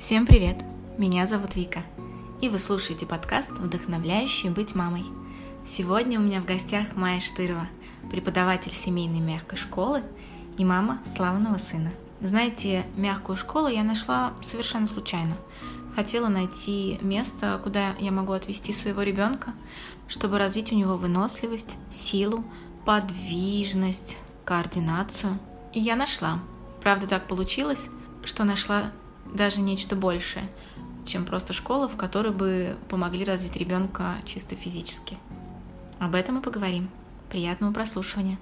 Всем привет! Меня зовут Вика, и вы слушаете подкаст «Вдохновляющий быть мамой». Сегодня у меня в гостях Майя Штырова, преподаватель семейной мягкой школы и мама славного сына. Знаете, мягкую школу я нашла совершенно случайно. Хотела найти место, куда я могу отвезти своего ребенка, чтобы развить у него выносливость, силу, подвижность, координацию. И я нашла. Правда, так получилось, что нашла даже нечто большее, чем просто школа, в которой бы помогли развить ребенка чисто физически. Об этом мы поговорим. Приятного прослушивания.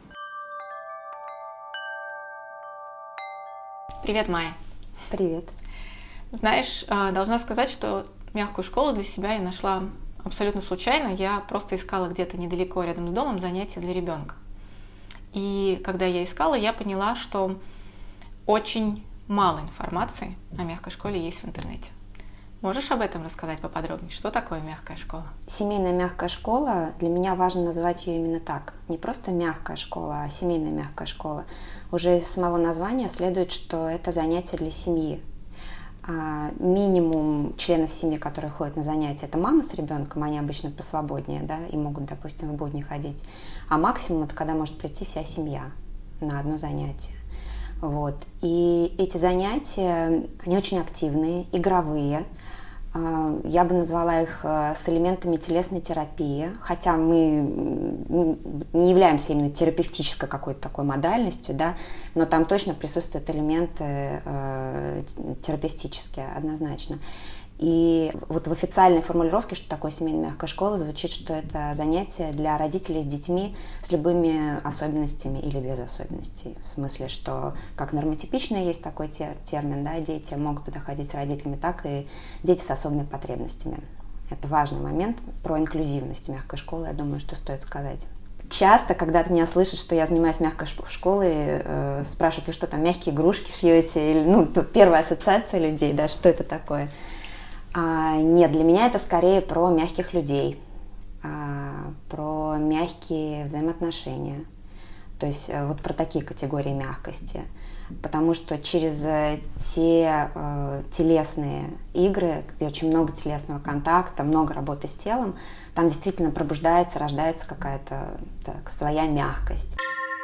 Привет, Майя. Привет. Знаешь, должна сказать, что мягкую школу для себя я нашла абсолютно случайно. Я просто искала где-то недалеко, рядом с домом, занятия для ребенка. И когда я искала, я поняла, что очень мало информации о мягкой школе есть в интернете. Можешь об этом рассказать поподробнее? Что такое мягкая школа? Семейная мягкая школа, для меня важно называть ее именно так. Не просто мягкая школа, а семейная мягкая школа. Уже из самого названия следует, что это занятие для семьи. Минимум членов семьи, которые ходят на занятия, это мама с ребенком, они обычно посвободнее, да, и могут, допустим, в будни ходить. А максимум это когда может прийти вся семья на одно занятие. Вот. И эти занятия, они очень активные, игровые. Я бы назвала их с элементами телесной терапии, хотя мы не являемся именно терапевтической какой-то такой модальностью, да, но там точно присутствуют элементы терапевтические, однозначно. И вот в официальной формулировке, что такое семейная мягкая школа, звучит, что это занятие для родителей с детьми с любыми особенностями или без особенностей. В смысле, что как нормотипично есть такой термин, да, дети могут туда ходить с родителями, так и дети с особыми потребностями. Это важный момент про инклюзивность мягкой школы, я думаю, что стоит сказать. Часто, когда меня слышат, что я занимаюсь мягкой школой, спрашивают, вы что там, мягкие игрушки шьете? Или, первая ассоциация людей, да, что это такое? Нет, для меня это скорее про мягких людей, про мягкие взаимоотношения, то есть вот про такие категории мягкости, потому что через те телесные игры, где очень много телесного контакта, много работы с телом, там действительно пробуждается, рождается какая-то своя мягкость.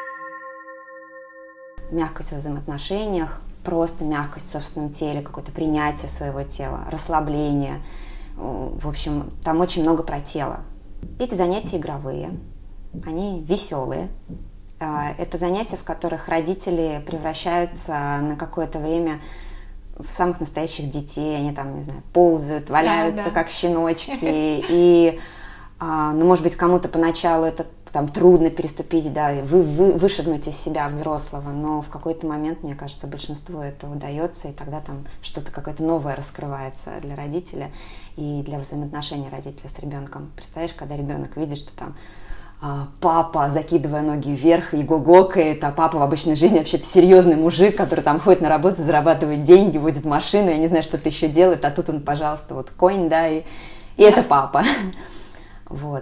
Мягкость в взаимоотношениях, просто мягкость в собственном теле, какое-то принятие своего тела, расслабление. В общем, там очень много про тело. Эти занятия игровые, они веселые. Это занятия, в которых родители превращаются на какое-то время в самых настоящих детей. Они там, не знаю, ползают, валяются, как щеночки. И, может быть, кому-то поначалу это там трудно переступить, да, вышагнуть из себя взрослого, но в какой-то момент, мне кажется, большинству это удается, и тогда там что-то какое-то новое раскрывается для родителя и для взаимоотношений родителя с ребенком. Представляешь, когда ребенок видит, что там папа, закидывая ноги вверх, его гокает, а папа в обычной жизни вообще-то серьезный мужик, который там ходит на работу, зарабатывает деньги, водит машину, я не знаю, что-то еще делает, а тут он, пожалуйста, вот конь, да, и это папа. Вот.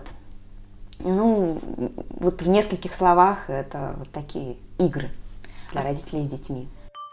Вот в нескольких словах это вот такие игры для родителей с детьми.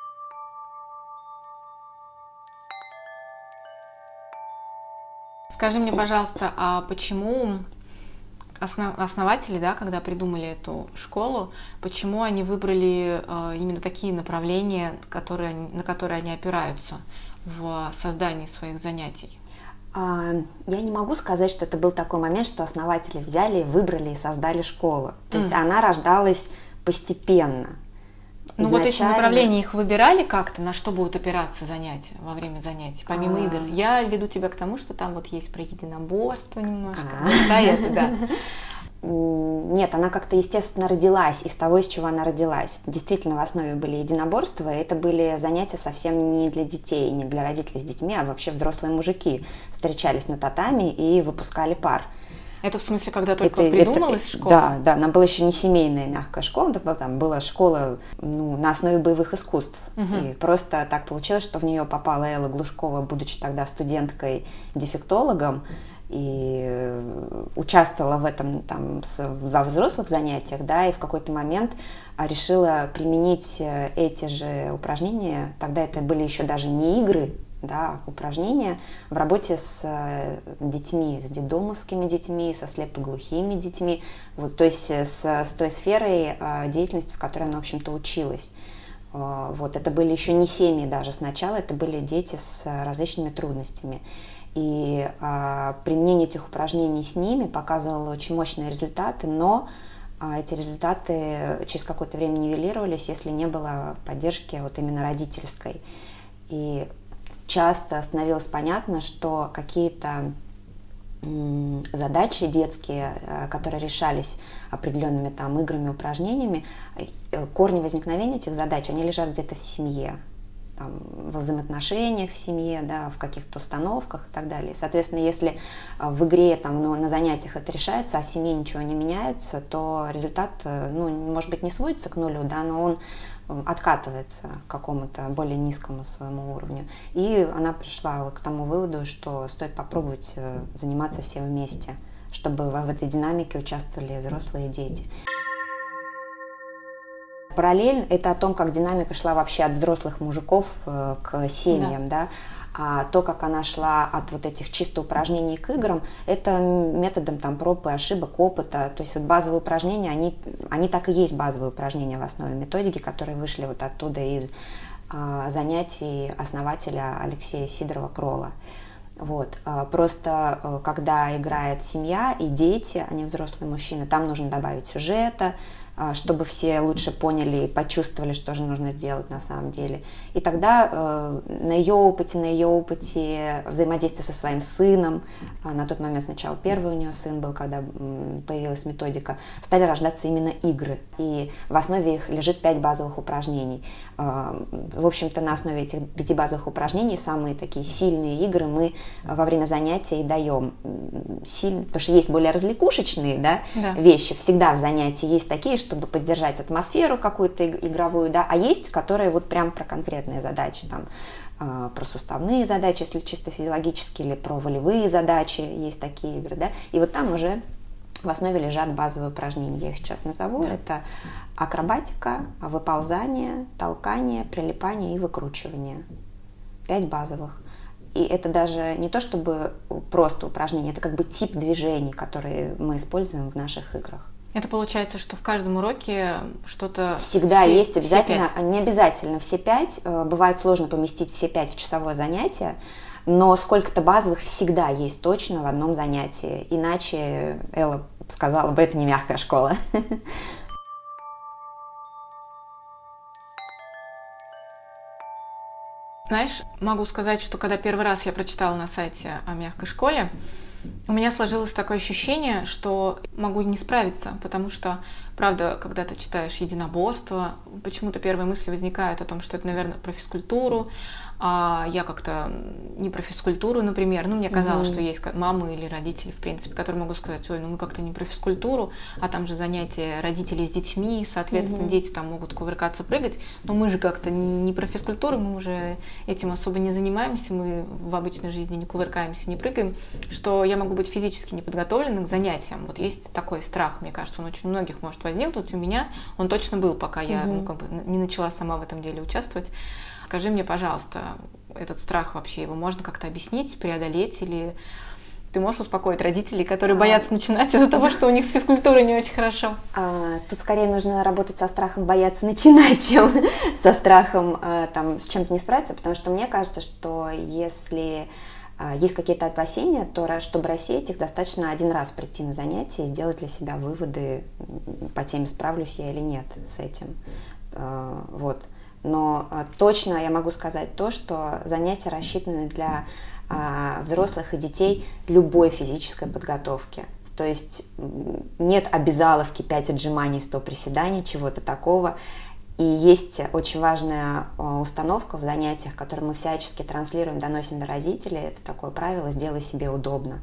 Скажи мне, пожалуйста, а почему основатели, да, когда придумали эту школу, почему они выбрали именно такие направления, на которые они опираются в создании своих занятий? Я не могу сказать, что это был такой момент, что основатели взяли, выбрали и создали школу. То есть она рождалась постепенно. Вот эти направления их выбирали как-то, на что будут опираться занятия во время занятий, помимо игр? Я веду тебя к тому, что там вот есть про единоборство немножко. Нет, она как-то, естественно, родилась из того, из чего она родилась. Действительно, в основе были единоборства, и это были занятия совсем не для детей, не для родителей с детьми, а вообще взрослые мужики встречались на татами и выпускали пар. Это в смысле, когда только придумалась школа? Да, она была еще не семейная мягкая школа, там была школа на основе боевых искусств. И просто так получилось, что в нее попала Элла Глушкова, будучи тогда студенткой-дефектологом, и участвовала в этом во взрослых занятиях, да, и в какой-то момент решила применить эти же упражнения. Тогда это были еще даже не игры, да, упражнения в работе с детьми, с детдомовскими детьми, со слепоглухими детьми, вот, то есть с той сферой деятельности, в которой она, в общем-то, училась. Вот, это были еще не семьи даже сначала, это были дети с различными трудностями. И применение этих упражнений с ними показывало очень мощные результаты, но эти результаты через какое-то время нивелировались, если не было поддержки вот именно родительской. И часто становилось понятно, что какие-то задачи детские, которые решались определенными там играми, упражнениями, корни возникновения этих задач, они лежат где-то в семье, там, во взаимоотношениях в семье, да, в каких-то установках и так далее. Соответственно, если в игре, там, на занятиях это решается, а в семье ничего не меняется, то результат, может быть, не сводится к нулю, да, но он откатывается к какому-то более низкому своему уровню. И она пришла вот к тому выводу, что стоит попробовать заниматься все вместе, чтобы в этой динамике участвовали взрослые и дети. Параллель – это о том, как динамика шла вообще от взрослых мужиков к семьям, да. А то, как она шла от вот этих чисто упражнений к играм, это методом там проб и ошибок, опыта. То есть вот базовые упражнения, они так и есть базовые упражнения в основе методики, которые вышли вот оттуда из занятий основателя Алексея Сидорова-Кролла. Вот. Просто когда играет семья и дети, а не взрослые мужчины, там нужно добавить сюжета, чтобы все лучше поняли и почувствовали, что же нужно сделать на самом деле. И тогда на ее опыте взаимодействия со своим сыном, на тот момент сначала первый у нее сын был, когда появилась методика, стали рождаться именно игры. И в основе их лежит 5 базовых упражнений. В общем-то, на основе этих 5 базовых упражнений самые такие сильные игры мы во время занятия и даем. Потому что есть более развлекушечные, да, вещи. Всегда в занятии есть такие, чтобы поддержать атмосферу какую-то игровую, да, а есть, которые вот прям про конкретные задачи, там, про суставные задачи, если чисто физиологические, или про волевые задачи, есть такие игры, да, и вот там уже в основе лежат базовые упражнения, я их сейчас назову, это акробатика, выползание, толкание, прилипание и выкручивание, 5 базовых. И это даже не то чтобы просто упражнение, это как бы тип движений, которые мы используем в наших играх. Это получается, что в каждом уроке что-то... Всегда есть, обязательно, не обязательно все 5, бывает сложно поместить все 5 в часовое занятие, но сколько-то базовых всегда есть точно в одном занятии, иначе Элла сказала бы, это не мягкая школа. Знаешь, могу сказать, что когда первый раз я прочитала на сайте о мягкой школе, у меня сложилось такое ощущение, что могу не справиться, потому что, правда, когда ты читаешь единоборство, почему-то первые мысли возникают о том, что это, наверное, про физкультуру, а я как-то не про физкультуру, например. Мне казалось, что есть мамы или родители, в принципе, которые могут сказать, ой, мы как-то не про физкультуру, а там же занятия родителей с детьми, соответственно, дети там могут кувыркаться, прыгать, но мы же как-то не про физкультуру, мы уже этим особо не занимаемся, мы в обычной жизни не кувыркаемся, не прыгаем, что я могу быть физически неподготовленной к занятиям. Вот есть такой страх, мне кажется, он очень у многих может возникнуть, у меня он точно был, пока я не начала сама в этом деле участвовать. Скажи мне, пожалуйста, этот страх вообще, его можно как-то объяснить, преодолеть, или ты можешь успокоить родителей, которые боятся начинать из-за того, что у них с физкультурой не очень хорошо? Тут скорее нужно работать со страхом бояться начинать, чем со страхом с чем-то не справиться, потому что мне кажется, что если есть какие-то опасения, то чтобы рассеять их, достаточно один раз прийти на занятия и сделать для себя выводы по теме, справлюсь я или нет с этим. Вот. Но точно я могу сказать то, что занятия рассчитаны для взрослых и детей любой физической подготовки. То есть нет обязаловки 5 отжиманий, 100 приседаний, чего-то такого. И есть очень важная установка в занятиях, которую мы всячески транслируем, доносим до родителей. Это такое правило «сделай себе удобно».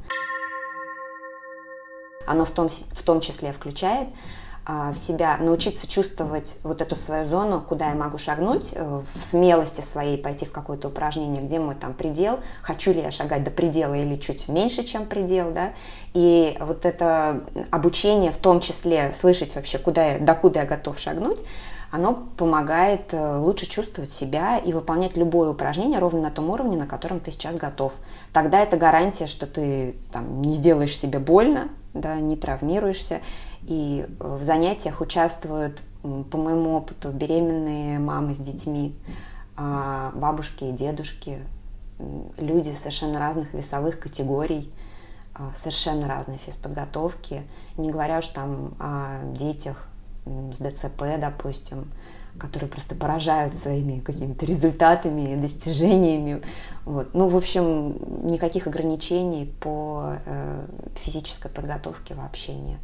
Оно в том числе включает в себя научиться чувствовать вот эту свою зону, куда я могу шагнуть, в смелости своей пойти в какое-то упражнение, где мой там предел, хочу ли я шагать до предела или чуть меньше, чем предел, да, и вот это обучение в том числе слышать вообще, докуда я готов шагнуть, оно помогает лучше чувствовать себя и выполнять любое упражнение ровно на том уровне, на котором ты сейчас готов. Тогда это гарантия, что ты там не сделаешь себе больно, да, не травмируешься. И в занятиях участвуют, по моему опыту, беременные мамы с детьми, бабушки и дедушки, люди совершенно разных весовых категорий, совершенно разной физподготовки, не говоря уж там о детях с ДЦП, допустим, которые просто поражают своими какими-то результатами и достижениями. Вот. Ну, в общем, никаких ограничений по физической подготовке вообще нет.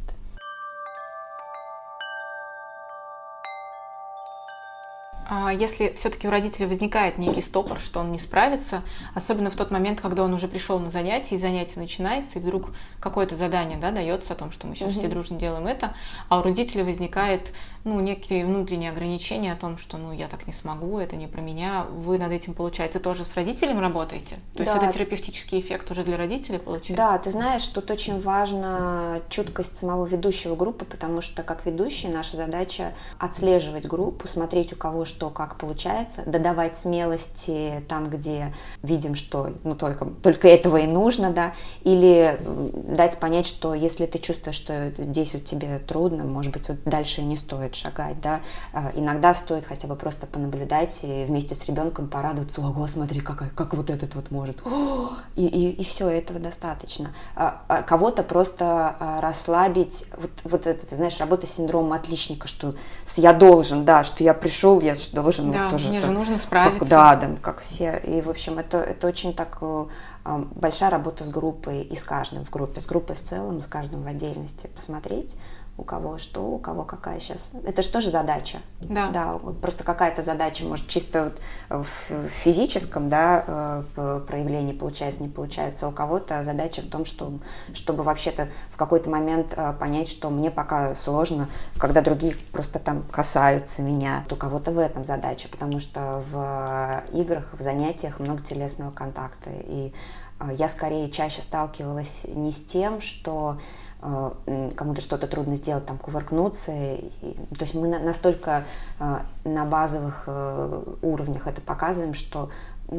А если все-таки у родителя возникает некий стопор, что он не справится, особенно в тот момент, когда он уже пришел на занятие, и занятие начинается, и вдруг какое-то задание, да, дается о том, что мы сейчас все дружно делаем это, а у родителя возникает, ну, некие внутренние ограничения о том, что, ну, я так не смогу, это не про меня. Вы над этим, получается, тоже с родителем работаете? То есть это терапевтический эффект уже для родителей получается? Да, ты знаешь, тут очень важна чуткость самого ведущего группы, потому что как ведущий наша задача отслеживать группу, смотреть, у кого что, как получается, додавать смелости там, где видим, что ну, только этого и нужно, да, или дать понять, что если ты чувствуешь, что здесь вот тебе трудно, может быть, вот дальше не стоит шагать, да, иногда стоит хотя бы просто понаблюдать и вместе с ребенком порадоваться: ого, смотри, как вот этот вот может, и все, этого достаточно. Кого-то просто расслабить, вот это, ты знаешь, работа с синдромом отличника, что я должен, да, что я пришел, я должен, да, вот, тоже мне же нужно справиться. Да, как все, и, в общем, это очень так большая работа с группой и с каждым в группе, с группой в целом, и с каждым в отдельности, посмотреть, у кого что, у кого какая сейчас. Это же тоже задача. Да, просто какая-то задача, может, чисто вот в физическом, да, проявлении получается, не получается, а у кого-то задача в том, чтобы вообще-то в какой-то момент понять, что мне пока сложно, когда другие просто там касаются меня. У кого-то в этом задача, потому что в играх, в занятиях много телесного контакта. И я скорее чаще сталкивалась не с тем, что кому-то что-то трудно сделать, там, кувыркнуться. То есть мы настолько на базовых уровнях это показываем, что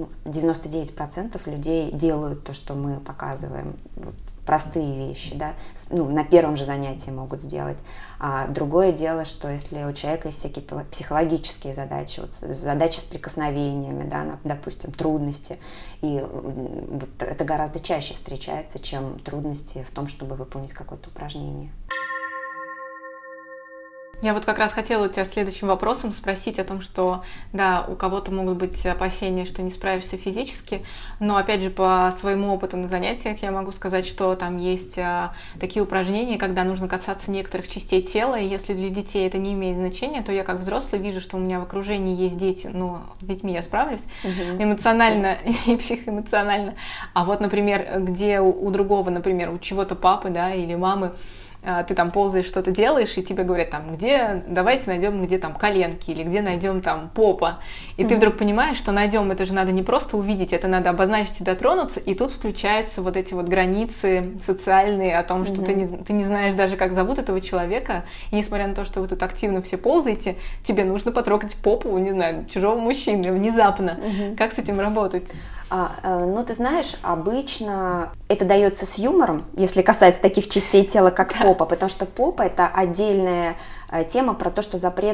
99% людей делают то, что мы показываем. Вот, простые вещи, да, на первом же занятии могут сделать. А другое дело, что если у человека есть всякие психологические задачи, вот, задачи с прикосновениями, да, допустим, трудности, и вот это гораздо чаще встречается, чем трудности в том, чтобы выполнить какое-то упражнение. Я вот как раз хотела у тебя следующим вопросом спросить о том, что, да, у кого-то могут быть опасения, что не справишься физически, но, опять же, по своему опыту на занятиях я могу сказать, что там есть такие упражнения, когда нужно касаться некоторых частей тела, и если для детей это не имеет значения, то я как взрослый вижу, что у меня в окружении есть дети, но с детьми я справлюсь эмоционально и психоэмоционально. А вот, например, где у другого, например, у чего-то папы, да, или мамы, ты там ползаешь, что-то делаешь, и тебе говорят, там, давайте найдем, где там коленки, или где найдем там попа. И ты вдруг понимаешь, что найдем, это же надо не просто увидеть, это надо обозначить и дотронуться, и тут включаются вот эти вот границы социальные о том, что ты не знаешь даже, как зовут этого человека, и несмотря на то, что вы тут активно все ползаете, тебе нужно потрогать попу, не знаю, чужого мужчины внезапно. Как с этим работать? Ну, ты знаешь, обычно это дается с юмором, если касается таких частей тела, как попа, потому что попа – это отдельная тема про то, что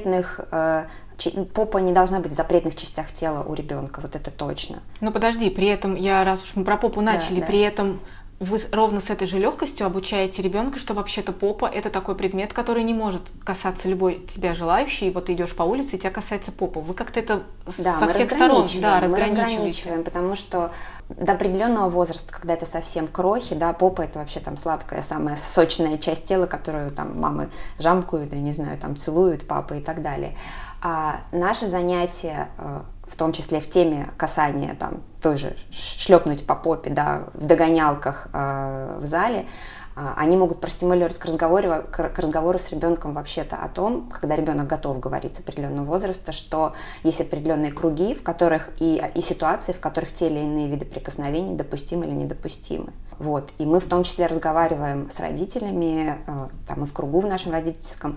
попа не должна быть в запретных частях тела у ребенка, вот это точно. Ну, подожди, при этом, раз уж мы про попу начали, при этом вы ровно с этой же легкостью обучаете ребенка, что вообще-то попа – это такой предмет, который не может касаться любой тебя желающий. Вот ты идешь по улице, и тебя касается попа. Вы как-то это со всех сторон разграничиваем, потому что до определенного возраста, когда это совсем крохи, да, попа – это вообще там сладкая, самая сочная часть тела, которую там мамы жамкают, я не знаю, там целуют папы и так далее. А наши занятия, в том числе в теме касания, там, той же шлепнуть по попе, да, в догонялках в зале, они могут простимулировать к разговору с ребенком вообще-то о том, когда ребенок готов говорить с определенного возраста, что есть определенные круги, в которых и ситуации, в которых те или иные виды прикосновений допустимы или недопустимы. Вот. И мы в том числе разговариваем с родителями, там и в кругу в нашем родительском,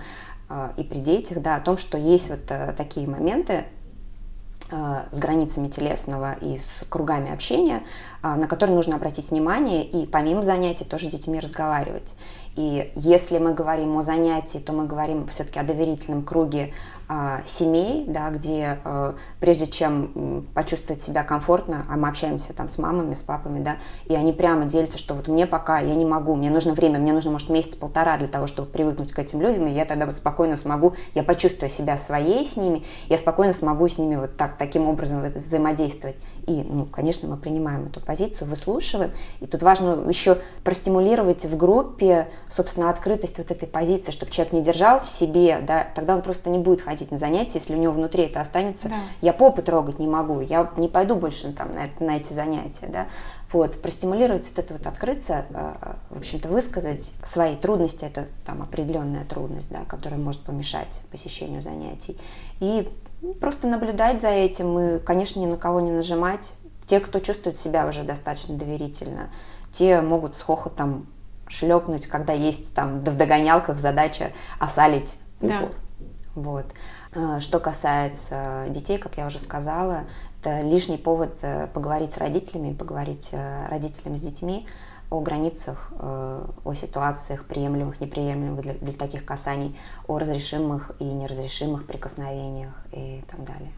и при детях, да, о том, что есть вот такие моменты с границами телесного и с кругами общения, на которые нужно обратить внимание и помимо занятий тоже с детьми разговаривать. И если мы говорим о занятии, то мы говорим все-таки о доверительном круге семей, да, где прежде чем почувствовать себя комфортно, а мы общаемся там с мамами, с папами, да, и они прямо делятся, что вот мне пока, я не могу, мне нужно время, мне нужно, может, месяц-полтора для того, чтобы привыкнуть к этим людям, и я тогда спокойно смогу, я почувствую себя своей с ними, я спокойно смогу с ними вот таким образом взаимодействовать. И, конечно, мы принимаем эту позицию, выслушиваем, и тут важно еще простимулировать в группе, собственно, открытость вот этой позиции, чтобы человек не держал в себе, да, тогда он просто не будет ходить на занятия, если у него внутри это останется. Да. Я попы трогать не могу, я не пойду больше там, на эти занятия, да. Вот, простимулировать вот это вот открыться, в общем-то, высказать свои трудности, это там определенная трудность, да, которая может помешать посещению занятий. И просто наблюдать за этим и, конечно, ни на кого не нажимать. Те, кто чувствует себя уже достаточно доверительно, те могут с хохотом шлепнуть, когда есть там в догонялках задача осалить пупу. Да. Вот. Что касается детей, как я уже сказала, это лишний повод поговорить с родителями, поговорить родителям с детьми о границах, о ситуациях приемлемых, неприемлемых для таких касаний, о разрешимых и неразрешимых прикосновениях и так далее.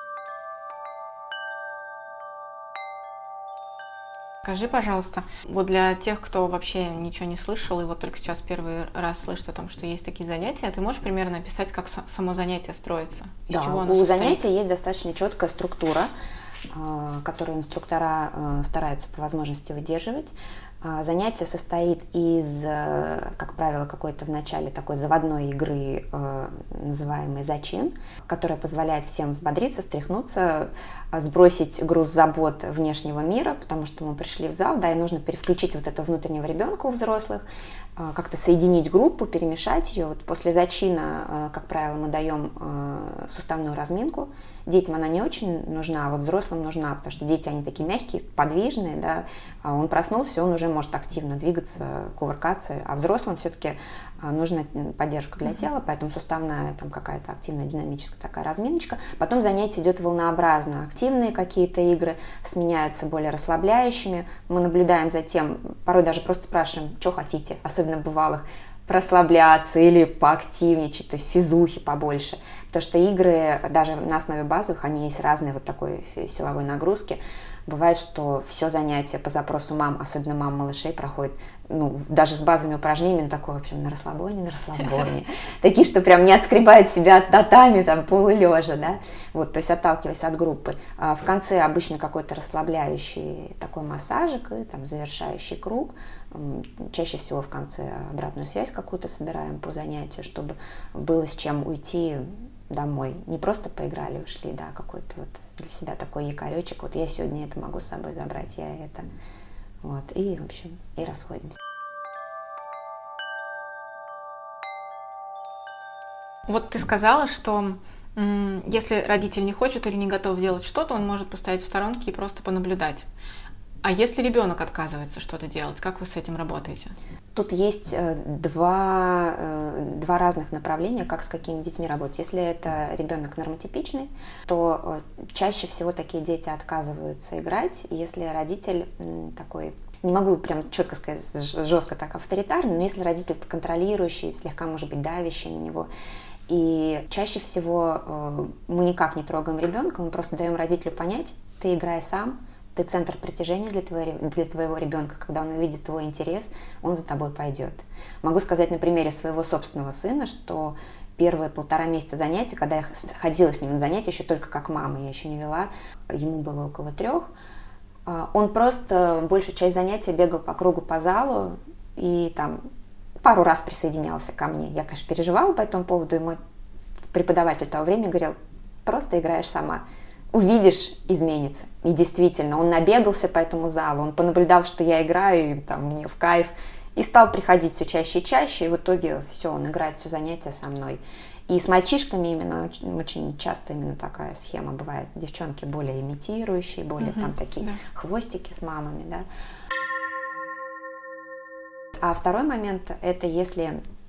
Скажи, пожалуйста, вот для тех, кто вообще ничего не слышал и вот только сейчас первый раз слышит о том, что есть такие занятия, ты можешь примерно описать, как само занятие строится? Из чего оно состоит? Занятия есть достаточно четкая структура, которую инструктора стараются по возможности выдерживать. Занятие состоит из, как правило, какой-то в начале такой заводной игры, называемой зачин, которая позволяет всем взбодриться, встряхнуться, сбросить груз забот внешнего мира, потому что мы пришли в зал, да, и нужно переключить вот этого внутреннего ребенка у взрослых, как-то соединить группу, перемешать ее. Вот после зачина, как правило, мы даем суставную разминку. Детям она не очень нужна, а вот взрослым нужна, потому что дети, они такие мягкие, подвижные, да, он проснулся, он уже может активно двигаться, кувыркаться, а взрослым все-таки нужна поддержка для тела, поэтому суставная там какая-то активная, динамическая такая разминочка. Потом занятие идет волнообразно, активные какие-то игры сменяются более расслабляющими, мы наблюдаем за тем, порой даже просто спрашиваем, что хотите, особенно бывалых, расслабляться или поактивничать, то есть физухи побольше. Потому что игры, даже на основе базовых, они есть разные вот такой силовой нагрузки. Бывает, что все занятие по запросу мам, особенно мам малышей, проходит, даже с базовыми упражнениями, такое, в общем, на расслабоне. Такие, что прям не отскребает себя от татами, там, полулежа, да, вот, то есть отталкиваясь от группы. В конце обычно какой-то расслабляющий такой массажик и там завершающий круг. Чаще всего в конце обратную связь какую-то собираем по занятию, чтобы было с чем уйти домой. Не просто поиграли, ушли, да, какой-то вот для себя такой якоречек. Вот я сегодня это могу с собой забрать, я это. Вот, и, в общем, и расходимся. Вот ты сказала, что если родитель не хочет или не готов делать что-то, он может постоять в сторонке и просто понаблюдать. А если ребенок отказывается что-то делать, как вы с этим работаете? Тут есть два разных направления, как с какими детьми работать. Если это ребенок нормотипичный, то чаще всего такие дети отказываются играть. Если родитель такой, не могу прям четко сказать, жестко так авторитарный, но если родитель контролирующий, слегка, может быть, давящий на него, и чаще всего мы никак не трогаем ребенка, мы просто даем родителю понять, ты играй сам, ты центр притяжения для твоего ребенка. Когда он увидит твой интерес, он за тобой пойдет. Могу сказать на примере своего собственного сына, что первые 1,5 месяца занятий, когда я ходила с ним на занятия, еще только как мама, я еще не вела, ему было около 3, он просто большую часть занятия бегал по кругу по залу и там пару раз присоединялся ко мне. Я, конечно, переживала по этому поводу, и мой преподаватель того времени говорил, просто играешь сама. Увидишь, изменится. И действительно, он набегался по этому залу, он понаблюдал, что я играю, и там мне в кайф, и стал приходить все чаще и чаще, и в итоге все, он играет все занятия со мной. И с мальчишками именно очень часто именно такая схема бывает. Девчонки более имитирующие, более там такие хвостики с мамами, да. А второй момент, это если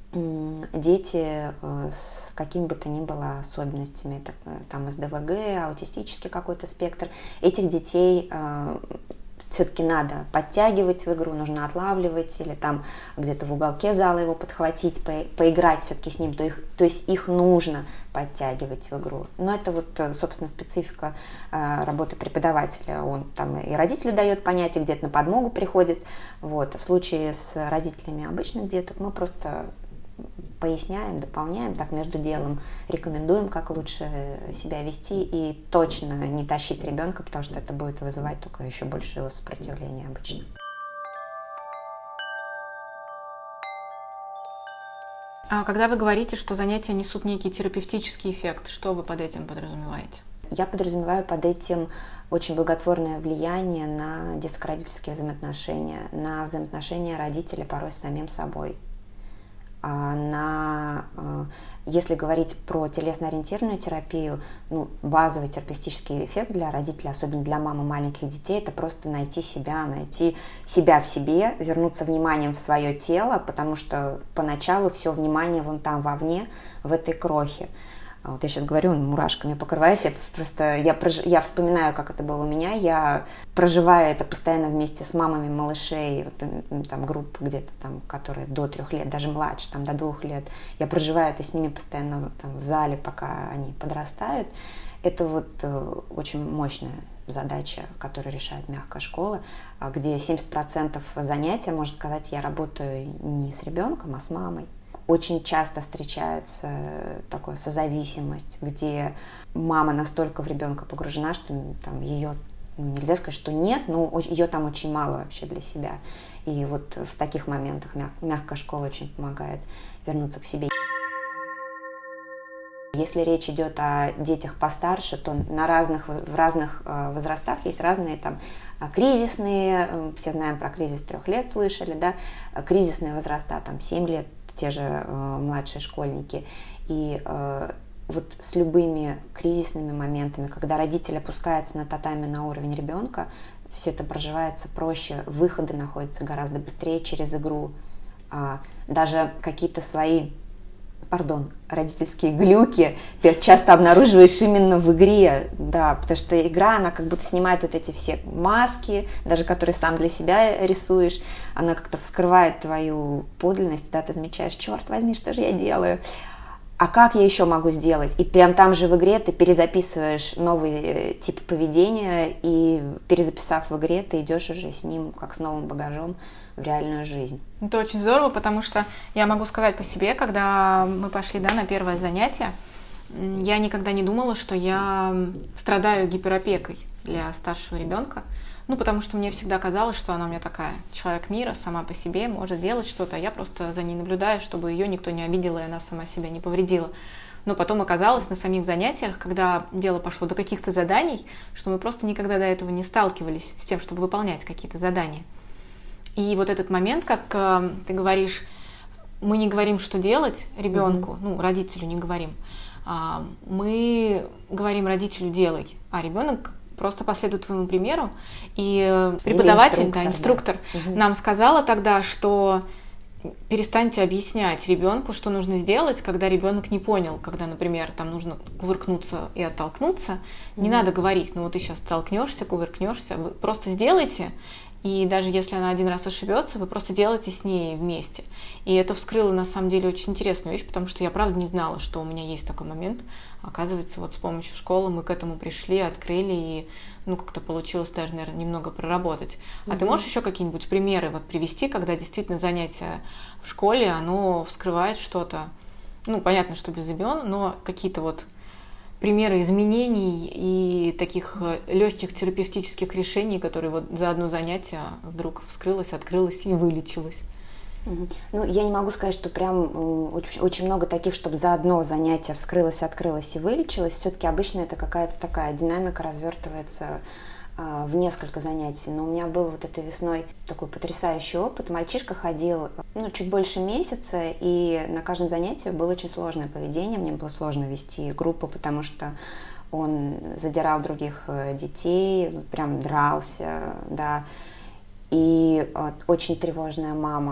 дети с какими бы то ни было особенностями, там СДВГ, аутистический какой-то спектр, этих детей все-таки надо подтягивать в игру, нужно отлавливать или там где-то в уголке зала его подхватить, поиграть все-таки с ним, то есть их нужно подтягивать в игру. Но это вот, собственно, специфика работы преподавателя. Он там и родителю дает понятие, где-то на подмогу приходит. Вот. В случае с родителями обычных деток мы просто поясняем, дополняем, так между делом рекомендуем, как лучше себя вести и точно не тащить ребенка, потому что это будет вызывать только еще больше его сопротивления обычно. А когда вы говорите, что занятия несут некий терапевтический эффект, что вы под этим подразумеваете? Я подразумеваю под этим очень благотворное влияние на детско-родительские взаимоотношения, на взаимоотношения родителя порой с самим собой. Если говорить про телесно-ориентированную терапию, базовый терапевтический эффект для родителей, особенно для мамы маленьких детей, это просто найти себя в себе, вернуться вниманием в свое тело, потому что поначалу все внимание вон там вовне, в этой крохе. Вот я сейчас говорю, мурашками покрываюсь, я вспоминаю, как это было у меня, я проживаю это постоянно вместе с мамами малышей, там группа где-то там, которые до 3 лет, даже младше, там до 2 лет, я проживаю это с ними постоянно там, в зале, пока они подрастают. Это вот очень мощная задача, которую решает мягкая школа, где 70% занятия, можно сказать, я работаю не с ребенком, а с мамой. Очень часто встречается такая созависимость, где мама настолько в ребенка погружена, что там ее, нельзя сказать, что нет, но ее там очень мало вообще для себя. И вот в таких моментах мягкая школа очень помогает вернуться к себе. Если речь идет о детях постарше, то в разных возрастах есть разные там кризисные, все знаем про кризис 3 лет, слышали, да, кризисные возраста, там 7 лет, те же младшие школьники. И вот с любыми кризисными моментами, когда родитель опускается на татами на уровень ребенка, все это проживается проще, выходы находятся гораздо быстрее через игру. Даже какие-то свои, родительские глюки ты часто обнаруживаешь именно в игре, да, потому что игра, она как будто снимает вот эти все маски, даже которые сам для себя рисуешь, она как-то вскрывает твою подлинность, да, ты замечаешь, черт возьми, что же я делаю, а как я еще могу сделать? И прям там же в игре ты перезаписываешь новый тип поведения, и перезаписав в игре, ты идешь уже с ним, как с новым багажом, в реальную жизнь. Это очень здорово, потому что я могу сказать по себе, когда мы пошли, да, на первое занятие, я никогда не думала, что я страдаю гиперопекой для старшего ребенка. Потому что мне всегда казалось, что она у меня такая человек мира, сама по себе, может делать что-то, а я просто за ней наблюдаю, чтобы ее никто не обидел, и она сама себя не повредила. Но потом оказалось на самих занятиях, когда дело пошло до каких-то заданий, что мы просто никогда до этого не сталкивались с тем, чтобы выполнять какие-то задания. И вот этот момент, как ты говоришь, мы не говорим, что делать ребенку, родителю не говорим, мы говорим родителю делай, а ребенок просто последует твоему примеру. И преподаватель, инструктор нам сказала тогда, что перестаньте объяснять ребенку, что нужно сделать, когда ребенок не понял, когда, например, там нужно кувыркнуться и оттолкнуться, не надо говорить, вот ты сейчас столкнешься, кувыркнешься, вы просто сделайте. И даже если она один раз ошибется, вы просто делаете с ней вместе. И это вскрыло, на самом деле, очень интересную вещь, потому что я, правда, не знала, что у меня есть такой момент. Оказывается, вот с помощью школы мы к этому пришли, открыли, и как-то получилось даже, наверное, немного проработать. А ты можешь еще какие-нибудь примеры привести, когда действительно занятие в школе, оно вскрывает что-то? Понятно, что без имен, но какие-то примеры изменений и таких легких терапевтических решений, которые за одно занятие вдруг вскрылось, открылось и вылечилось. Я не могу сказать, что прям очень много таких, чтобы за одно занятие вскрылось, открылось и вылечилось. Все-таки обычно это какая-то такая динамика развертывается в несколько занятий. Но у меня был этой весной такой потрясающий опыт. Мальчишка ходил чуть больше месяца, и на каждом занятии было очень сложное поведение. Мне было сложно вести группу, потому что он задирал других детей, прям дрался, да. И очень тревожная мама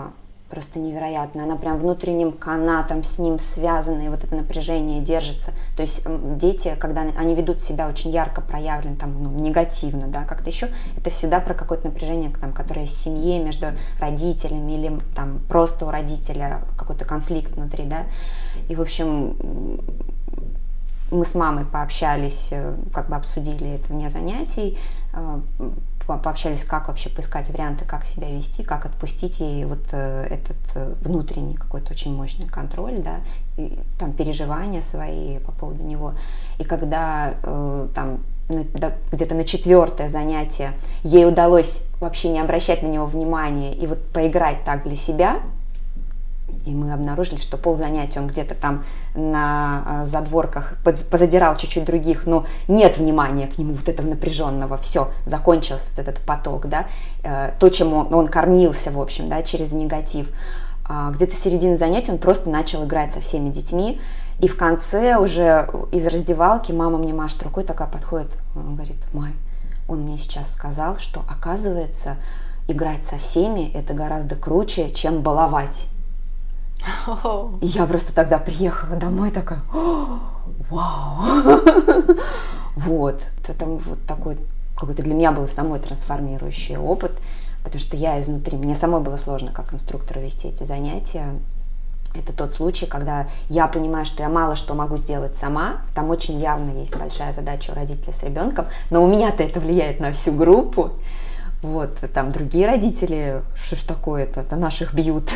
просто невероятно. Она прям внутренним канатом с ним связана, и вот это напряжение держится. То есть дети, когда они ведут себя очень ярко проявленно, там, негативно, да, как-то еще, это всегда про какое-то напряжение, там, которое есть в семье между родителями или там просто у родителя какой-то конфликт внутри, да. И, в общем, мы с мамой пообщались, как бы обсудили это вне занятий, пообщались, как вообще поискать варианты, как себя вести, как отпустить ей вот этот внутренний какой-то очень мощный контроль, да, и, там переживания свои по поводу него. И когда там где-то на 4-е занятие ей удалось вообще не обращать на него внимания и вот поиграть так для себя, и мы обнаружили, что ползанятия он где-то там на задворках позадирал чуть-чуть других, но нет внимания к нему вот этого напряженного, все, закончился вот этот поток, да, то, чем он кормился, в общем, да, через негатив. Где-то в середине занятия он просто начал играть со всеми детьми, и в конце уже из раздевалки мама мне машет рукой, такая подходит, он говорит: Май, он мне сейчас сказал, что, оказывается, играть со всеми – это гораздо круче, чем баловать. И я просто тогда приехала домой такая: вау! Вот. Это вот такой какой-то для меня был самой трансформирующий опыт, потому что я изнутри, мне самой было сложно как инструктору вести эти занятия. Это тот случай, когда я понимаю, что я мало что могу сделать сама, там очень явно есть большая задача у родителя с ребенком, но у меня-то это влияет на всю группу. Вот, там другие родители, что ж такое-то, наших бьют.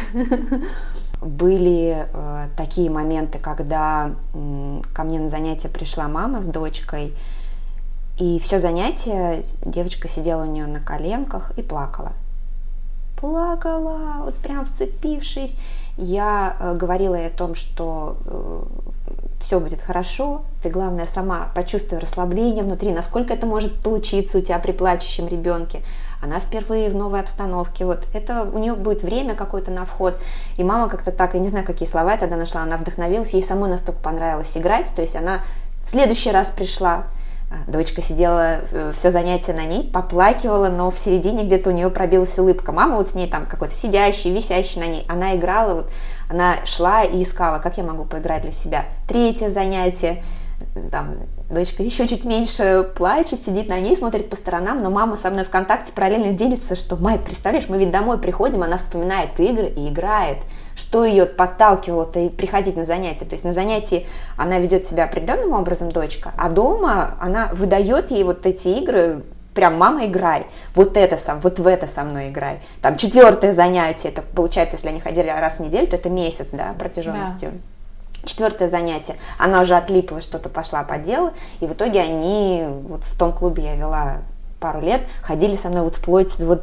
Были такие моменты, когда ко мне на занятие пришла мама с дочкой, и все занятие девочка сидела у нее на коленках и плакала. Плакала, вот прям вцепившись. Я говорила ей о том, что все будет хорошо, ты, главное, сама почувствуй расслабление внутри, насколько это может получиться у тебя при плачущем ребенке. Она впервые в новой обстановке, вот это у нее будет время какое-то на вход, и мама как-то так, я не знаю, какие слова я тогда нашла, она вдохновилась, ей самой настолько понравилось играть, то есть она в следующий раз пришла, дочка сидела все занятие на ней, поплакивала, но в середине где-то у нее пробилась улыбка, мама вот с ней там какой-то сидящий, висящий на ней, она играла, вот она шла и искала, как я могу поиграть для себя. 3-е занятие, там дочка еще чуть меньше плачет, сидит на ней, смотрит по сторонам, но мама со мной ВКонтакте параллельно делится, что: Май, представляешь, мы ведь домой приходим, она вспоминает игры и играет. Что ее подталкивало-то и приходить на занятия? То есть на занятии она ведет себя определенным образом, дочка, а дома она выдает ей вот эти игры, прям: мама, играй, вот в это со мной играй. Там 4-е занятие, это получается, если они ходили раз в неделю, то это месяц, да, протяженностью. Да. 4-е занятие, она уже отлипла, что-то пошла по делу, и в итоге они, вот в том клубе я вела пару лет, ходили со мной вот вплоть вот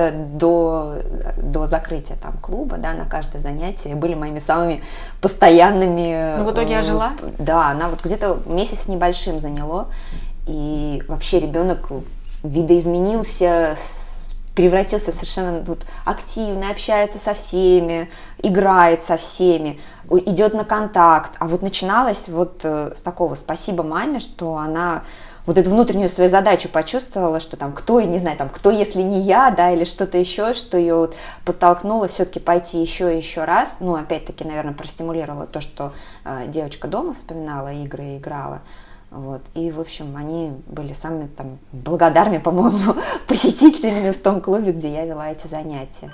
до закрытия там клуба, да, на каждое занятие, были моими самыми постоянными. Ну, в итоге ожила? Да, она вот где-то месяц с небольшим заняло, и вообще ребенок видоизменился, превратился совершенно вот активно, общается со всеми, играет со всеми, идет на контакт. А вот начиналось вот с такого: спасибо маме, что она вот эту внутреннюю свою задачу почувствовала, что там кто, не знаю, там кто, если не я, да, или что-то еще, что ее вот подтолкнуло все-таки пойти еще и еще раз. Ну, опять-таки, наверное, простимулировало то, что девочка дома вспоминала игры и играла. Вот. И, в общем, они были самыми там благодарными, по-моему, посетителями в том клубе, где я вела эти занятия.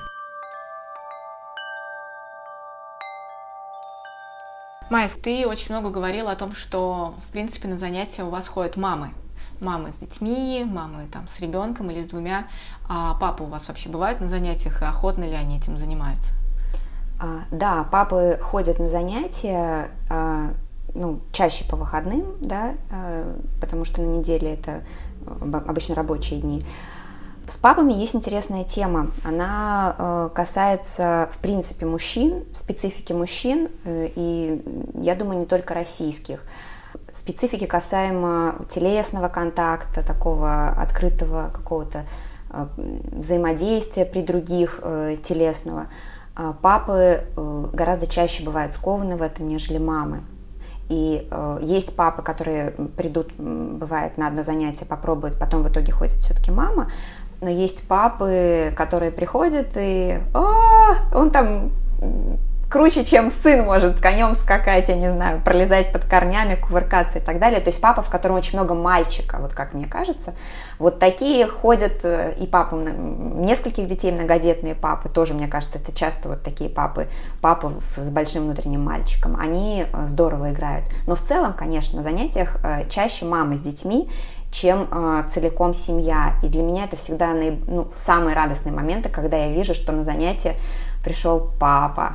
Майя, ты очень много говорила о том, что, в принципе, на занятия у вас ходят мамы. Мамы с детьми, мамы там с ребенком или с 2. А папы у вас вообще бывают на занятиях, и охотно ли они этим занимаются? Да, папы ходят на занятия, чаще по выходным, да, потому что на неделе это обычно рабочие дни. С папами есть интересная тема. Она касается, в принципе, мужчин, специфики мужчин, и, я думаю, не только российских. Специфики касаемо телесного контакта, такого открытого какого-то взаимодействия при других телесного. Папы гораздо чаще бывают скованы в этом, нежели мамы. И есть папы, которые придут, бывает, на одно занятие, попробуют, потом в итоге ходит все-таки мама. Но есть папы, которые приходят и он там круче, чем сын может конем скакать, я не знаю, пролезать под корнями, кувыркаться и так далее. То есть папа, в котором очень много мальчика, вот как мне кажется. Вот такие ходят и папы нескольких детей, многодетные папы, тоже, мне кажется, это часто вот такие папы с большим внутренним мальчиком, они здорово играют. Но в целом, конечно, на занятиях чаще мамы с детьми, чем целиком семья. И для меня это всегда самые радостные моменты, когда я вижу, что на занятие пришел папа.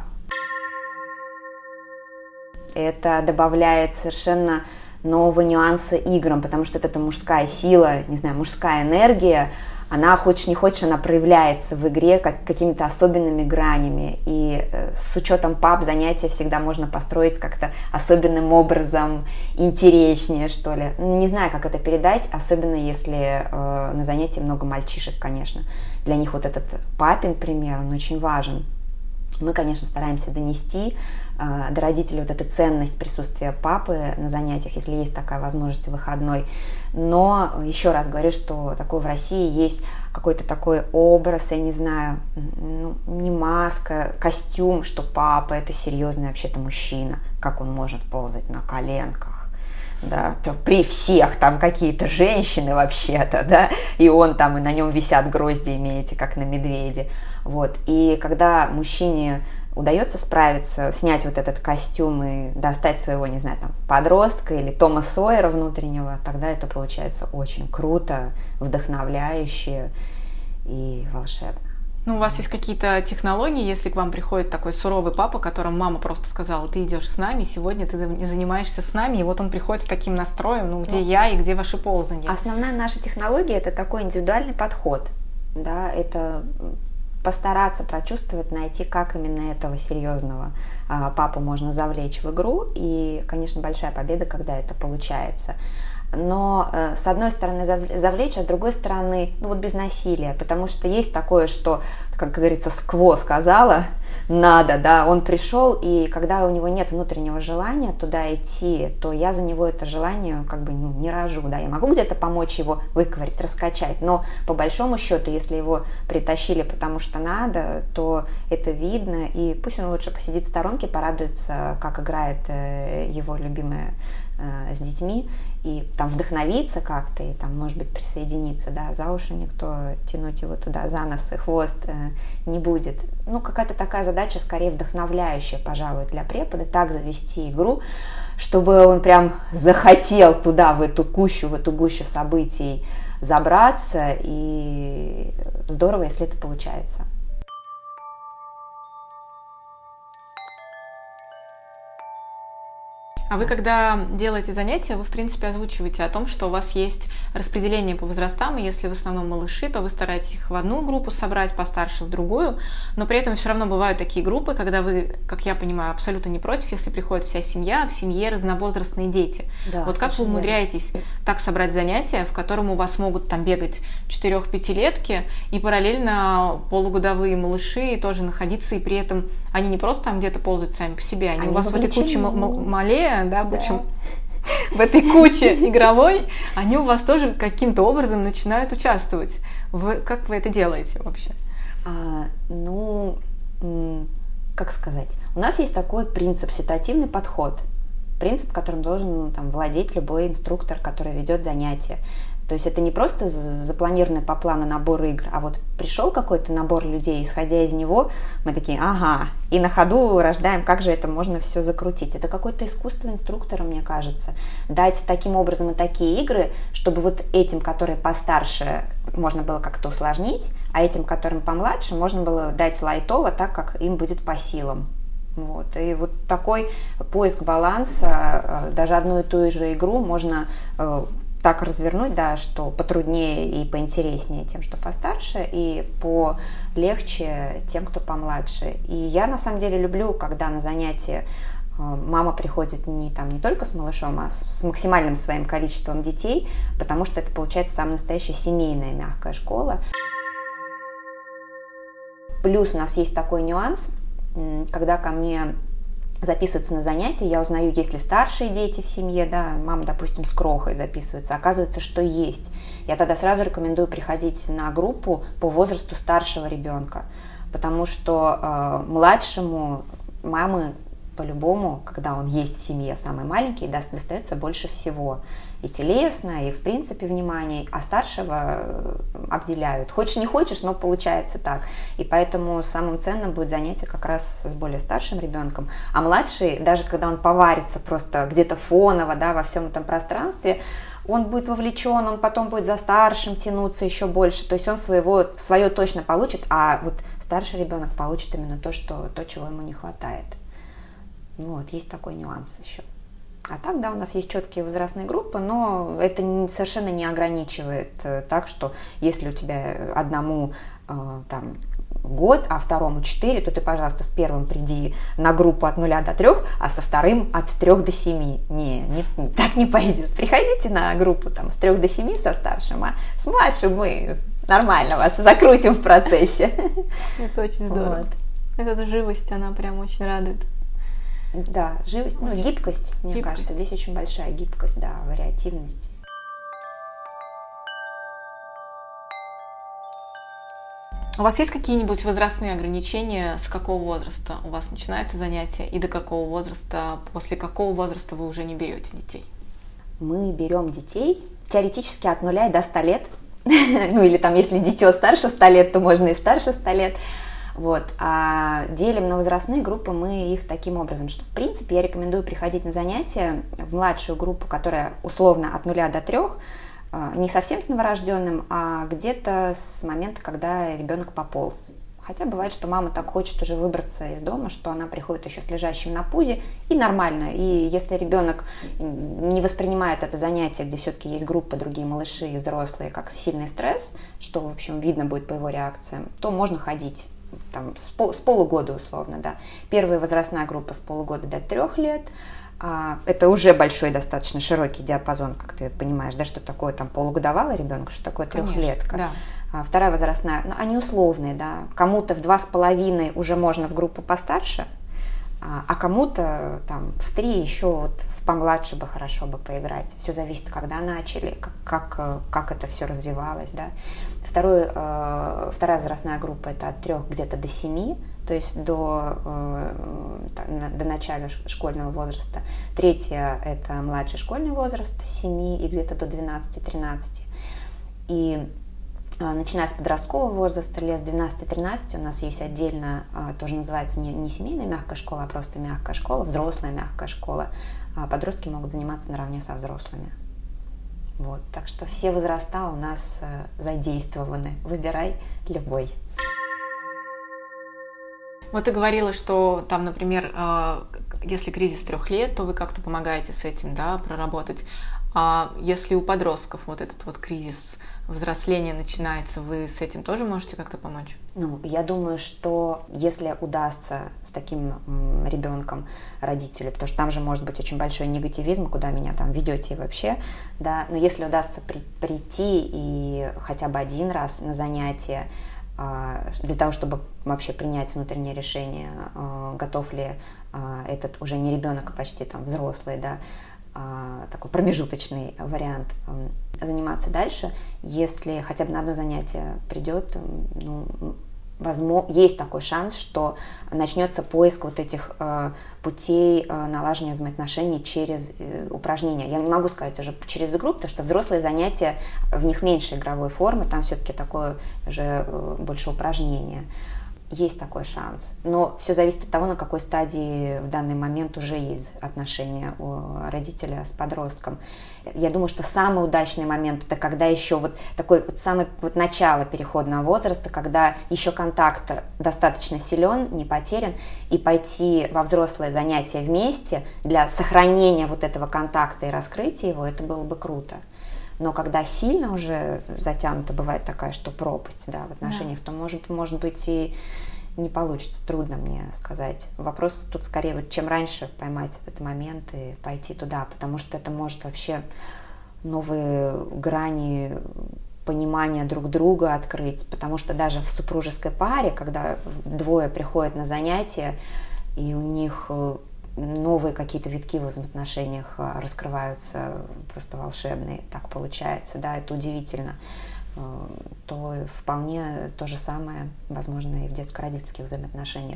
Это добавляет совершенно новые нюансы играм, потому что это мужская сила, не знаю, мужская энергия, она, хочешь не хочешь, она проявляется в игре какими-то особенными гранями, и с учетом пап занятия всегда можно построить как-то особенным образом, интереснее, что ли. Не знаю, как это передать, особенно если на занятии много мальчишек, конечно. Для них вот этот папин пример, он очень важен. Мы, конечно, стараемся донести до родителей вот эту ценность присутствия папы на занятиях, если есть такая возможность выходной. Но еще раз говорю, что такое в России есть какой-то такой образ, я не знаю, не маска, костюм, что папа это серьезный вообще-то мужчина, как он может ползать на коленках. Да, при всех там какие-то женщины вообще-то, да, и он там, и на нем висят грозди, имеете, как на медведе, вот, и когда мужчине удается справиться, снять вот этот костюм и достать своего, не знаю, там, подростка или Тома Сойера внутреннего, тогда это получается очень круто, вдохновляюще и волшебно. Ну, у вас есть какие-то технологии, если к вам приходит такой суровый папа, которому мама просто сказала: ты идешь с нами, сегодня ты занимаешься с нами, и вот он приходит с таким настроем, где я и где ваши ползания? Основная наша технология – это такой индивидуальный подход, да, это постараться прочувствовать, найти, как именно этого серьезного папу можно завлечь в игру, и, конечно, большая победа, когда это получается. Но с одной стороны завлечь, а с другой стороны, без насилия, потому что есть такое, что, как говорится, скво сказала, надо, да, он пришел, и когда у него нет внутреннего желания туда идти, то я за него это желание как бы не рожу, да, я могу где-то помочь его выковырять, раскачать, но по большому счету, если его притащили потому что надо, то это видно, и пусть он лучше посидит в сторонке, порадуется, как играет его любимая с детьми, и там вдохновиться как-то, и там, может быть, присоединиться, да, за уши никто тянуть его туда, за нос и хвост не будет. Какая-то такая задача, скорее, вдохновляющая, пожалуй, для препода, так завести игру, чтобы он прям захотел туда, в эту гущу событий забраться, и здорово, если это получается. А вы, когда делаете занятия, вы, в принципе, озвучиваете о том, что у вас есть распределение по возрастам, и если в основном малыши, то вы стараетесь их в одну группу собрать, постарше в другую, но при этом все равно бывают такие группы, когда вы, как я понимаю, абсолютно не против, если приходит вся семья, а в семье разновозрастные дети. Да, вот как вы умудряетесь так собрать занятия, в котором у вас могут там бегать 4-5-летки, и параллельно полугодовые малыши тоже находиться, и при этом они не просто там где-то ползают сами по себе, они у вас в этой куче малея, да, в общем, в этой куче игровой, они у вас тоже каким-то образом начинают участвовать. Как вы это делаете вообще? Как сказать? У нас есть такой принцип, ситуативный подход. Принцип, которым должен владеть любой инструктор, который ведет занятия. То есть это не просто запланированный по плану набор игр, а вот пришел какой-то набор людей, исходя из него, мы такие, и на ходу рождаем, как же это можно все закрутить. Это какое-то искусство инструктора, мне кажется, дать таким образом и такие игры, чтобы вот этим, которые постарше, можно было как-то усложнить, а этим, которым помладше, можно было дать лайтово, так как им будет по силам. Вот. И вот такой поиск баланса, даже одну и ту же игру можно так развернуть, да, что потруднее и поинтереснее тем, что постарше, и полегче тем, кто помладше. И я на самом деле люблю, когда на занятия мама приходит не только с малышом, а с максимальным своим количеством детей, потому что это получается самая настоящая семейная мягкая школа. Плюс у нас есть такой нюанс, когда ко мне записываются на занятия, я узнаю, есть ли старшие дети в семье, да, мама, допустим, с крохой записывается, оказывается, что есть. Я тогда сразу рекомендую приходить на группу по возрасту старшего ребенка, потому что младшему мамы по-любому, когда он есть в семье самый маленький, достается больше всего. И телесно, и в принципе внимание, а старшего обделяют. Хочешь не хочешь, но получается так. И поэтому самым ценным будет занятие как раз с более старшим ребенком. А младший, даже когда он поварится просто где-то фоново, да, во всем этом пространстве, он будет вовлечен, он потом будет за старшим тянуться еще больше. То есть он свое точно получит, а вот старший ребенок получит именно то, чего ему не хватает. Вот, есть такой нюанс еще. А так, да, у нас есть четкие возрастные группы, но это совершенно не ограничивает так, что если у тебя одному там год, а второму 4, то ты, пожалуйста, с первым приди на группу от 0 до 3, а со вторым от 3 до 7. Так не пойдет. Приходите на группу там, с 3 до 7 со старшим, а с младшим мы нормально вас закрутим в процессе. Это очень здорово. Вот. Эта живость, она прям очень радует. Да, живость, гибкость, мне кажется, здесь очень большая гибкость, да, вариативность. У вас есть какие-нибудь возрастные ограничения, с какого возраста у вас начинается занятие и до какого возраста, после какого возраста вы уже не берете детей? Мы берем детей теоретически от 0 до 100 лет, ну или там, если дитё старше 100 лет, то можно и старше 100 лет. Вот. А делим на возрастные группы мы их таким образом, что в принципе я рекомендую приходить на занятия в младшую группу, которая условно от 0 до 3, не совсем с новорожденным, а где-то с момента, когда ребенок пополз. Хотя бывает, что мама так хочет уже выбраться из дома, что она приходит еще с лежащим на пузе, и нормально. И если ребенок не воспринимает это занятие, где все-таки есть группа, другие малыши и взрослые, как сильный стресс, что, в общем, видно будет по его реакциям, то можно ходить. Там, с полугода условно, да. Первая возрастная группа с полугода до 3 лет. Это уже большой, достаточно широкий диапазон, как ты понимаешь, да, что такое там полугодовалый ребенок, что такое трехлетка. Да. Вторая возрастная, они условные, да. Кому-то в 2,5 уже можно в группу постарше, а кому-то там в 3 еще вот помладше бы хорошо бы поиграть. Все зависит, когда начали, как это все развивалось, да. Вторая возрастная группа это от 3 где-то до 7, то есть до начала школьного возраста. Третья это младший школьный возраст с 7 и где-то до 12-13. И начиная с подросткового возраста, лет с 12-13, у нас есть отдельно, тоже называется не семейная мягкая школа, а просто мягкая школа, взрослая мягкая школа. Подростки могут заниматься наравне со взрослыми. Вот, так что все возраста у нас задействованы. Выбирай любой. Вот ты говорила, что там, например, если кризис 3 лет, то вы как-то помогаете с этим, да, проработать. А если у подростков вот этот вот кризис взросления начинается, вы с этим тоже можете как-то помочь? Ну, я думаю, что если удастся с таким ребенком родителю, потому что там же может быть очень большой негативизм, куда меня там ведете вообще, да, но если удастся прийти и хотя бы один раз на занятие, для того, чтобы вообще принять внутреннее решение, готов ли этот уже не ребенок, а почти там взрослый, да, такой промежуточный вариант заниматься дальше, если хотя бы на одно занятие придет, ну, возможно, есть такой шанс, что начнется поиск вот этих путей налаживания взаимоотношений через упражнения. Я не могу сказать уже через игру, потому что взрослые занятия, в них меньше игровой формы, там все-таки такое уже больше упражнение. Есть такой шанс, но все зависит от того, на какой стадии в данный момент уже есть отношения у родителя с подростком. Я думаю, что самый удачный момент – это когда еще вот такой вот самый вот начало переходного возраста, когда еще контакт достаточно силен, не потерян, и пойти во взрослое занятие вместе для сохранения вот этого контакта и раскрытия его, это было бы круто. Но когда сильно уже затянута, бывает такая, что пропасть, да, в отношениях, то может быть и не получится, трудно мне сказать. Вопрос тут скорее, вот чем раньше поймать этот момент и пойти туда, потому что это может вообще новые грани понимания друг друга открыть, потому что даже в супружеской паре, когда двое приходят на занятия, и у них новые какие-то витки в взаимоотношениях раскрываются, просто волшебные, так получается, да, это удивительно. то вполне то же самое возможно и в детско-родительских взаимоотношениях.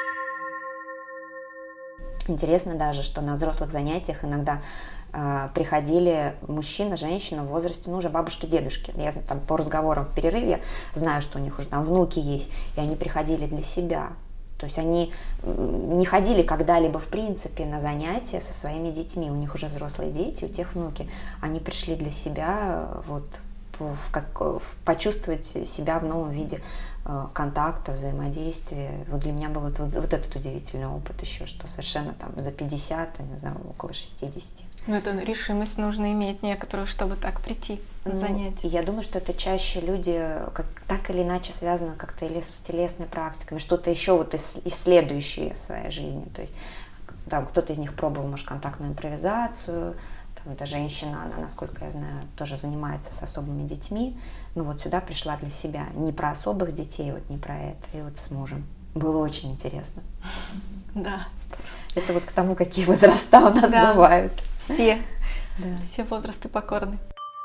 Интересно даже, что на взрослых занятиях иногда приходили мужчина, женщина в возрасте, уже бабушки, дедушки. Я там по разговорам в перерыве знаю, что у них уже там внуки есть, и они приходили для себя. То есть они не ходили когда-либо в принципе на занятия со своими детьми. У них уже взрослые дети, у тех внуки. Они пришли для себя почувствовать себя в новом виде контакта, взаимодействия. Вот для меня был вот этот удивительный опыт еще, что совершенно там за 50, не знаю, около 60. Это решимость нужно иметь некоторую, чтобы так прийти на занятия. Я думаю, что это чаще люди так или иначе связаны как-то или с телесными практиками, что-то еще исследующие в своей жизни. То есть там кто-то из них пробовал, может, контактную импровизацию. Эта женщина, она, насколько я знаю, тоже занимается с особыми детьми. Сюда пришла для себя. Не про особых детей, не про это. И с мужем. Было очень интересно. Да. Это к тому, какие возраста у нас бывают. Все возрасты покорны.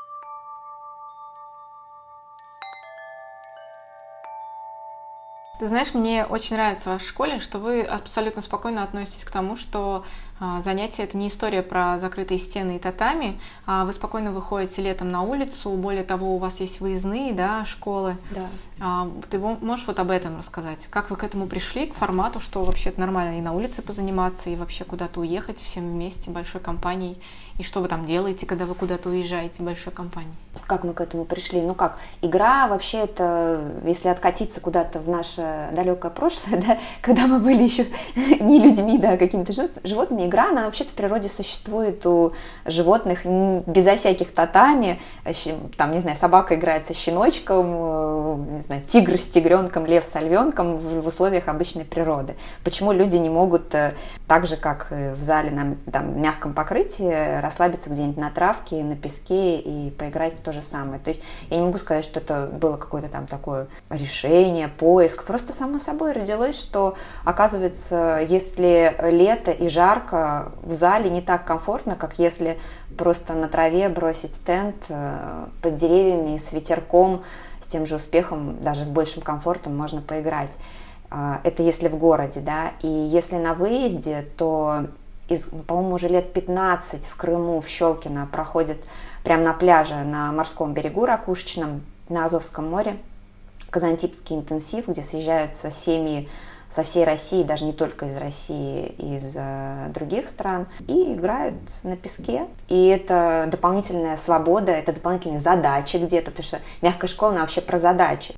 Ты знаешь, мне очень нравится в вашей школе, что вы абсолютно спокойно относитесь к тому, что занятия – это не история про закрытые стены и татами, а вы спокойно выходите летом на улицу, более того, у вас есть выездные, школы. Да. Ты можешь об этом рассказать? Как вы к этому пришли, к формату, что вообще-то нормально и на улице позаниматься, и вообще куда-то уехать всем вместе, большой компанией? И что вы там делаете, когда вы куда-то уезжаете большой компанией? Как мы к этому пришли? Игра вообще это, если откатиться куда-то в наше далекое прошлое, когда мы были еще не людьми, какими-то животными, игра, она вообще-то в природе существует у животных безо всяких татами. Там, не знаю, собака играет со щеночком, не знаю, тигр с тигренком, лев с львенком в условиях обычной природы. Почему люди не могут так же, как в зале на мягком покрытии, расслабиться где-нибудь на травке, на песке и поиграть в то же самое? То есть я не могу сказать, что это было какое-то там такое решение, поиск. Просто само собой родилось, что, оказывается, если лето и жарко, в зале не так комфортно, как если просто на траве бросить стенд под деревьями с ветерком, с тем же успехом, даже с большим комфортом можно поиграть. Это если в городе, и если на выезде, то, по-моему, уже лет 15 в Крыму, в Щелкино проходит прямо на пляже, на морском берегу ракушечном, на Азовском море, казантипский интенсив, где съезжаются семьи со всей России, даже не только из России, из других стран, и играют на песке. И это дополнительная свобода, это дополнительные задачи где-то, потому что мягкая школа, она вообще про задачи.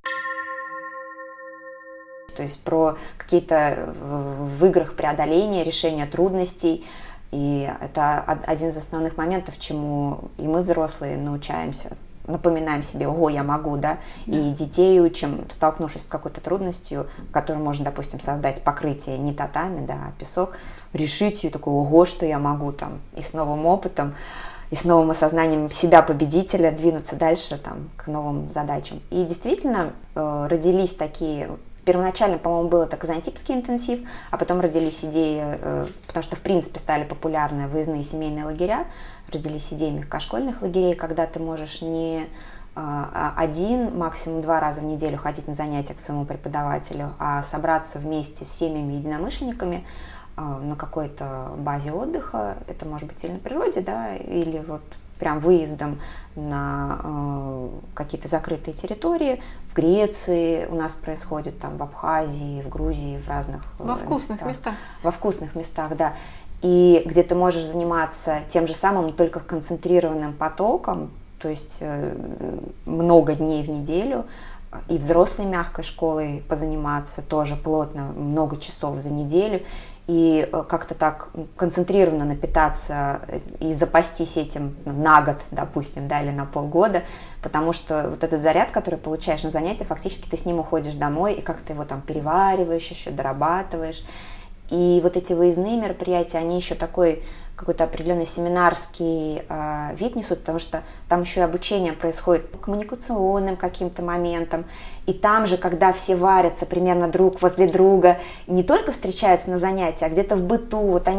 То есть про какие-то в играх преодоления, решения трудностей. И это один из основных моментов, чему и мы, взрослые, научаемся. Напоминаем себе, я могу, и детей учим, столкнувшись с какой-то трудностью, в которой можно, допустим, создать покрытие не татами, а песок, решить ее, такой, что я могу, и с новым опытом, и с новым осознанием себя победителя двинуться дальше, к новым задачам. И действительно родились такие... Первоначально, по-моему, был это казантипский интенсив, а потом родились идеи, потому что, в принципе, стали популярны выездные семейные лагеря, родились идеи мягкошкольных лагерей, когда ты можешь не один, максимум 2 раза в неделю ходить на занятия к своему преподавателю, а собраться вместе с семьями единомышленниками на какой-то базе отдыха. Это может быть или на природе, или прям выездом на какие-то закрытые территории. В Греции у нас происходит, в Абхазии, в Грузии, в разных Во вкусных местах. Во вкусных местах, да. И где ты можешь заниматься тем же самым, но только концентрированным потоком, то есть много дней в неделю, и взрослой мягкой школой позаниматься тоже плотно, много часов за неделю, и как-то так концентрированно напитаться и запастись этим на год, допустим, или на полгода, потому что этот заряд, который получаешь на занятия, фактически ты с ним уходишь домой и как-то его перевариваешь, еще дорабатываешь. И эти выездные мероприятия, они еще такой какой-то определенный семинарский вид несут, потому что там еще и обучение происходит по коммуникационным каким-то моментам. И там же, когда все варятся примерно друг возле друга, не только встречаются на занятиях, а где-то в быту, они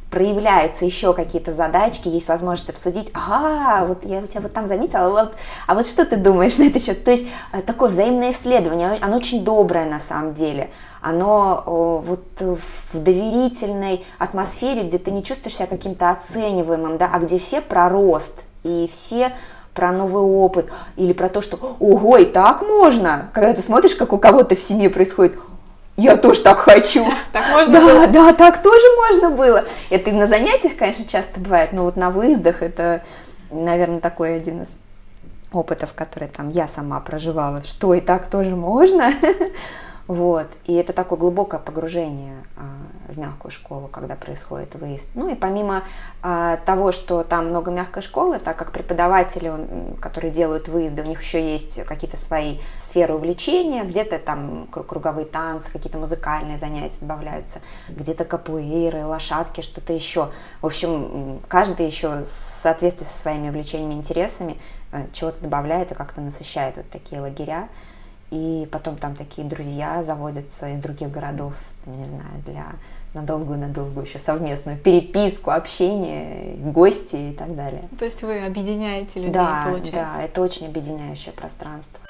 проявляются еще какие-то задачки, есть возможность обсудить, ага, вот я у тебя вот там заметила, а вот что ты думаешь на этот счет? То есть такое взаимное исследование, оно очень доброе на самом деле, оно вот в доверительной атмосфере, где ты не чувствуешь себя каким-то оцениваемым, да, а где все про рост и все про новый опыт, или про то, что ого, и так можно, когда ты смотришь, как у кого-то в семье происходит, я тоже так хочу. Так можно было? Да, так тоже можно было. Это и на занятиях, конечно, часто бывает, но вот на выездах это, наверное, такой один из опытов, который там я сама проживала, что и так тоже можно. Вот. И это такое глубокое погружение в мягкую школу, когда происходит выезд. Ну и помимо того, что там много мягкой школы, так как преподаватели, которые делают выезды, у них еще есть какие-то свои сферы увлечения, где-то там круговые танцы, какие-то музыкальные занятия добавляются, где-то капуэйры, лошадки, что-то еще. В общем, каждый еще в соответствии со своими увлечениями, интересами чего-то добавляет и как-то насыщает вот такие лагеря. И потом там такие друзья заводятся из других городов, не знаю, на долгую еще совместную переписку, общение, гости и так далее. То есть вы объединяете людей, да, получается? Да, это очень объединяющее пространство.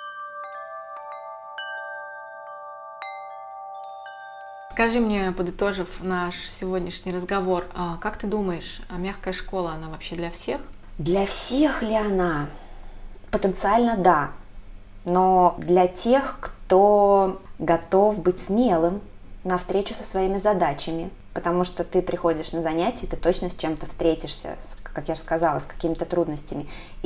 Скажи мне, подытожив наш сегодняшний разговор, как ты думаешь, мягкая школа, она вообще для всех? Для всех ли она? Потенциально да. Но для тех, кто готов быть смелым навстречу со своими задачами, потому что ты приходишь на занятия, ты точно с чем-то встретишься, как я же сказала, с какими-то трудностями,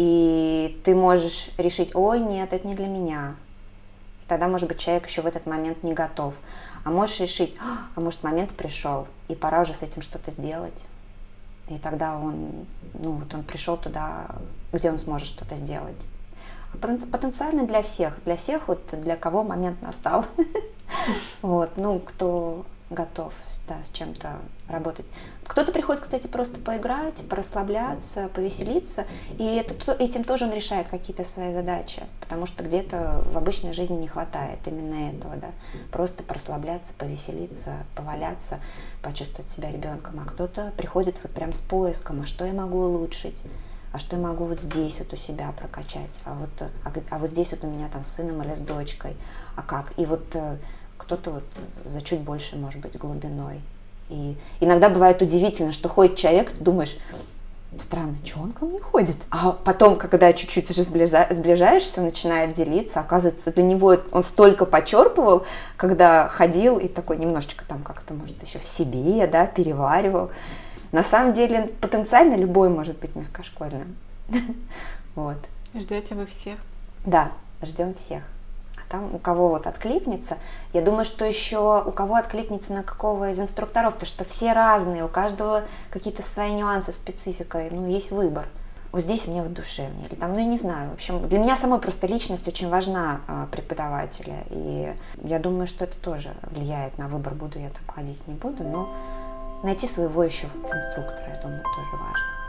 и ты можешь решить, ой, нет, это не для меня. И тогда, может быть, человек еще в этот момент не готов. А можешь решить, а может, момент пришел, и пора уже с этим что-то сделать. И тогда он пришел туда, где он сможет что-то сделать. Потенциально для всех, вот для кого момент настал, вот, кто готов, да, с чем-то работать. Кто-то приходит, кстати, просто поиграть, порасслабляться, повеселиться, и этим тоже он решает какие-то свои задачи, потому что где-то в обычной жизни не хватает именно этого, да, просто порасслабляться, повеселиться, поваляться, почувствовать себя ребенком, а кто-то приходит вот прям с поиском, а что я могу улучшить, а что я могу вот здесь вот у себя прокачать, а вот здесь вот у меня там с сыном или с дочкой, а как? И вот кто-то вот за чуть больше, может быть, глубиной. И иногда бывает удивительно, что ходит человек, ты думаешь, странно, что он ко мне ходит? А потом, когда чуть-чуть уже сближаешься, он начинает делиться, оказывается, для него он столько почерпывал, когда ходил и такой немножечко там как-то, может, еще в себе, да, переваривал. На самом деле, потенциально любой может быть мягкошкольным. Вот. Ждете вы всех? Да, ждем всех. А там у кого вот откликнется, я думаю, что еще у кого откликнется на какого из инструкторов, потому что все разные, у каждого какие-то свои нюансы, специфика, есть выбор. Вот здесь мне вот душевнее, или там, я не знаю. В общем, для меня самой просто личность очень важна преподавателя, и я думаю, что это тоже влияет на выбор, буду я там ходить, не буду, но найти своего еще инструктора, я думаю, тоже важно.